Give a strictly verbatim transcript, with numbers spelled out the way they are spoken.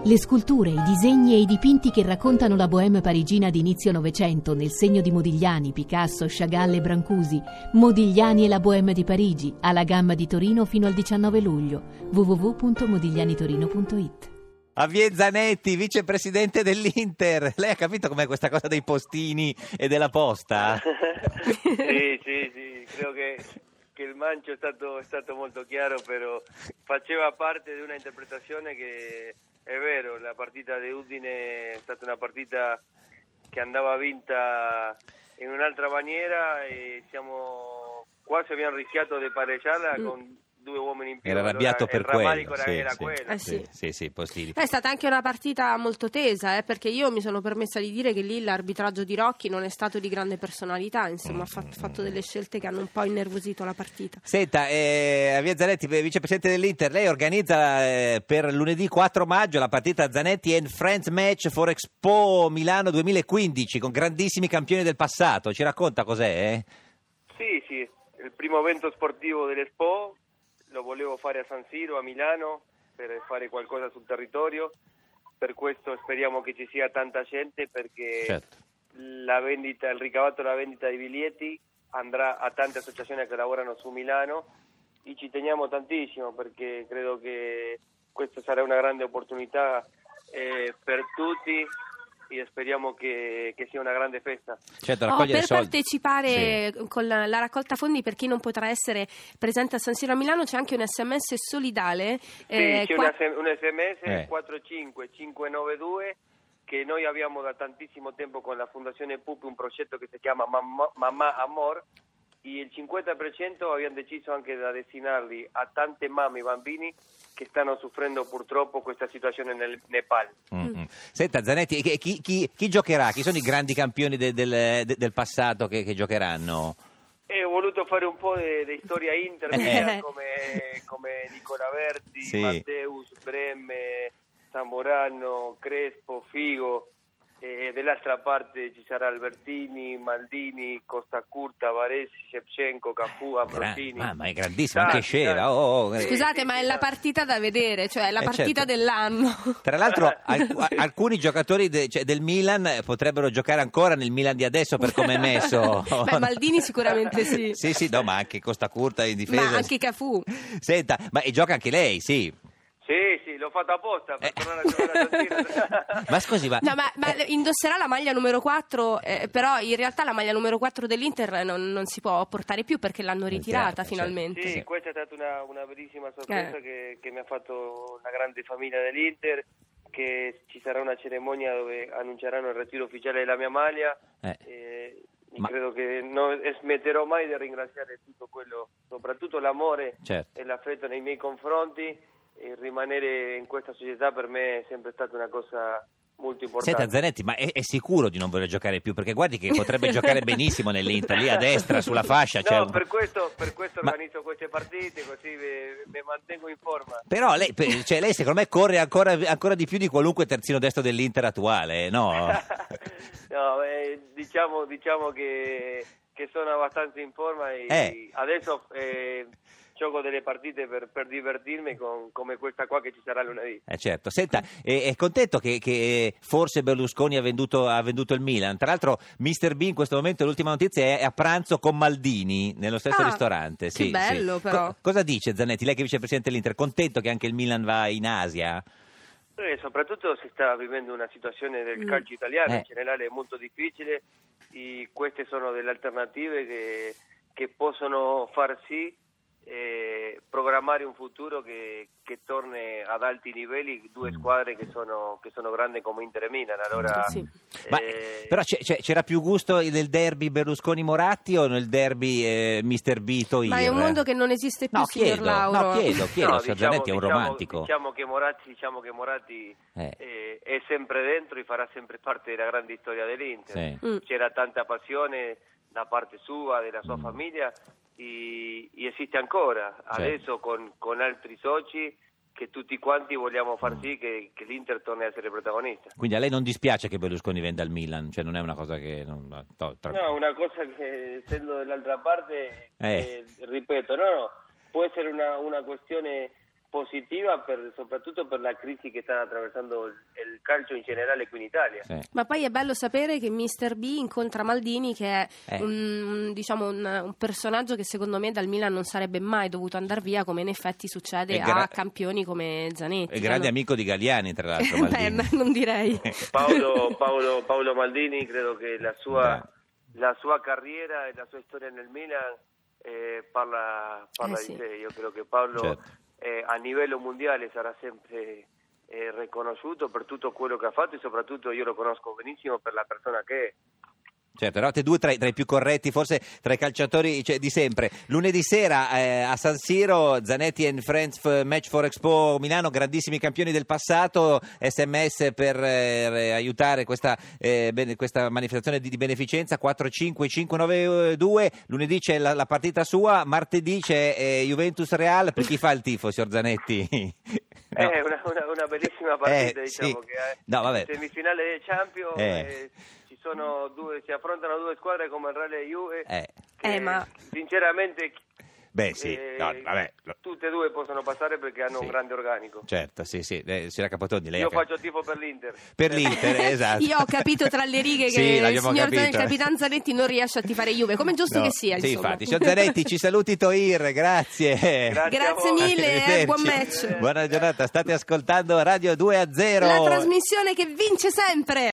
Le sculture, i disegni e i dipinti che raccontano la bohème parigina di inizio Novecento nel segno di Modigliani, Picasso, Chagall e Brancusi. Modigliani e la bohème di Parigi, alla Gamma di Torino fino al diciannove luglio. w w w punto modiglianitorino punto it. Javier Zanetti, vicepresidente dell'Inter. Lei ha capito com'è questa cosa dei postini e della posta? Sì, sì, sì, credo che, che il mancio è stato, è stato molto chiaro, però faceva parte di una interpretazione che è vero, la partita di Udine è stata una partita che andava vinta in un'altra maniera e siamo quasi abbiamo rischiato di pareggiarla mm. con due uomini in più. Era arrabbiato allora, per quello. Era, sì, era sì. quello. Eh sì. Sì, sì, Postini. È stata anche una partita molto tesa, eh, perché io mi sono permessa di dire che lì l'arbitraggio di Rocchi non è stato di grande personalità, insomma, ha fatto, fatto delle scelte che hanno un po' innervosito la partita. Senta, eh, Javier Zanetti, vicepresidente dell'Inter, lei organizza eh, per lunedì quattro maggio la partita Zanetti and Friends Match for Expo Milano duemilaquindici con grandissimi campioni del passato. Ci racconta cos'è? Eh? Sì, sì, il primo evento sportivo dell'Expo. Lo volevo fare a San Siro, a Milano, per fare qualcosa sul territorio, per questo speriamo che ci sia tanta gente perché certo. la vendita, il ricavato della vendita di biglietti andrà a tante associazioni che lavorano su Milano e ci teniamo tantissimo perché credo che questa sarà una grande opportunità eh, per tutti e speriamo che, che sia una grande festa. Certo, oh, raccogliere per soldi. partecipare sì. con la, la raccolta fondi, per chi non potrà essere presente a San Siro a Milano, c'è anche un sms solidale. Sì, eh, c'è qua... una, un sms eh. quattro cinque cinque nove due che noi abbiamo da tantissimo tempo con la Fondazione Pupi un progetto che si chiama Mamma, Mamma Amor e il cinquanta per cento abbiamo deciso anche da destinarli a tante mamme e bambini che stanno soffrendo purtroppo questa situazione nel Nepal. Mm-hmm. Senta Zanetti, chi, chi, chi, chi giocherà? Chi sono i grandi campioni de, del, de, del passato che, che giocheranno? E ho voluto fare un po' di storia Inter eh. come, come Nicola Verti, sì. Matteus, Bremme, Zamorano, Crespo, Figo. E dall'altra parte ci sarà Albertini, Maldini, Costa Curta, Varesi, Shevchenko, Cafù, Ambrosini. Ah, ma è grandissimo, anche Scera. Oh, oh. Scusate, ma è la partita da vedere, cioè è la eh, partita certo. dell'anno. Tra l'altro alc- alcuni giocatori de- cioè, del Milan potrebbero giocare ancora nel Milan di adesso per come è messo. Beh, Maldini sicuramente sì. Sì, sì, no, ma anche Costa Curta in difesa. Ma anche Cafù. Senta, ma e gioca anche lei, sì. Sì, sì, l'ho fatto apposta per eh. tornare a giocare a San Siro. Ma scusi, ma... No, ma, ma indosserà la maglia numero quattro, eh, però in realtà la maglia numero quattro dell'Inter non, non si può portare più perché l'hanno ritirata certo, finalmente. Sì, sì, questa è stata una, una bellissima sorpresa eh. che, che mi ha fatto la grande famiglia dell'Inter, che ci sarà una cerimonia dove annunceranno il ritiro ufficiale della mia maglia. Eh. Eh, Ma... credo che non smetterò mai di ringraziare tutto quello, soprattutto l'amore certo. e l'affetto nei miei confronti. E rimanere in questa società per me è sempre stata una cosa molto importante. Senta Zanetti, ma è, è sicuro di non voler giocare più? Perché guardi che potrebbe giocare benissimo nell'Inter, lì a destra, sulla fascia. No, cioè un... per questo, per questo ma... organizzo queste partite, così mi mantengo in forma. Però lei, cioè, lei secondo me corre ancora, ancora di più di qualunque terzino destro dell'Inter attuale, no? no, eh, diciamo, diciamo che, che sono abbastanza in forma e eh. adesso... Eh, gioco delle partite per, per divertirmi con, come questa qua che ci sarà lunedì. Eh certo. Senta, è, è contento che, che forse Berlusconi ha venduto, ha venduto il Milan. Tra l'altro mister B in questo momento, l'ultima notizia, è a pranzo con Maldini nello stesso ah, ristorante. Che sì, bello sì. però. Co- cosa dice Zanetti, lei che è vicepresidente dell'Inter? Contento che anche il Milan va in Asia? Eh, soprattutto si sta vivendo una situazione del mm. calcio italiano eh. in generale molto difficile e queste sono delle alternative che, che possono far sì Eh, programmare un futuro che, che torni ad alti livelli, due squadre che sono, che sono grandi come Inter e Milan. Allora, sì. eh, Ma, però c'è, c'è, c'era più gusto nel derby Berlusconi-Moratti o nel derby eh, mister B Toir? Ma è un mondo che non esiste più, no, signor chiedo, Lauro. No, chiedo, chiedo, no, signor diciamo, Zanetti è un diciamo, romantico. Diciamo che Moratti, diciamo che Moratti eh. eh, è sempre dentro e farà sempre parte della grande storia dell'Inter. Sì. Mm. C'era tanta passione da parte sua, della sua Mm. famiglia e, e esiste ancora, Certo. adesso con, con altri soci che tutti quanti vogliamo far sì che, che l'Inter torni a essere protagonista. Quindi a lei non dispiace che Berlusconi venda il Milan? Cioè non è una cosa che... Non, no, tra... No, una cosa che essendo dall'altra parte, Eh. eh, ripeto, no, no, può essere una, una questione positiva per, soprattutto per la crisi che sta attraversando il, il calcio in generale qui in Italia. Sì. Ma poi è bello sapere che mister B incontra Maldini, che è Eh. un, diciamo un, un personaggio che secondo me dal Milan non sarebbe mai dovuto andare via, come in effetti succede È gra- a campioni come Zanetti. È grande che amico di Galliani, tra l'altro, hanno- Maldini. Beh, non direi. Paolo, Paolo, Paolo Maldini, credo che la sua, la sua carriera e la sua storia nel Milan eh, parla, parla Eh, sì. di sé. Io credo che Paolo Certo. eh, a livello mondiale sarà sempre eh, riconosciuto per tutto quello che ha fatto e soprattutto io lo conosco benissimo per la persona che è. Certo, eravate due tra i, tra i più corretti, forse tra i calciatori, cioè, di sempre. Lunedì sera eh, a San Siro, Zanetti and Friends f- Match for Expo Milano, grandissimi campioni del passato, sms per eh, aiutare questa, eh, bene- questa manifestazione di, di beneficenza, quattro cinque cinque nove due, lunedì c'è la, la partita sua, martedì c'è eh, Juventus Real, per chi fa il tifo, signor Zanetti? No. È una, una, una bellissima partita, Eh, diciamo, sì. che è No, vabbè. semifinale del Champions. Eh. eh, ci sono due, si affrontano due squadre come il Real e Juve. Eh. che Eh, ma- sinceramente Beh, sì, eh, no, vabbè. tutte e due possono passare perché hanno Sì. un grande organico. Certo, sì, sì, eh, signora Capotoni, lei Io ha cap- faccio tifo per l'Inter. per l'Inter, esatto. Io ho capito tra le righe Sì, che il l'abbiamo signor capito. Zanetti, il Capitan Zanetti non riesce a tifare Juve, come è giusto No, che sia, sì, insomma. infatti. Signor Zanetti, ci saluti Toir, grazie. Grazie a Grazie voi. mille, eh, Arrivederci. buon match. Buona giornata, state ascoltando Radio due a zero. La trasmissione che vince sempre.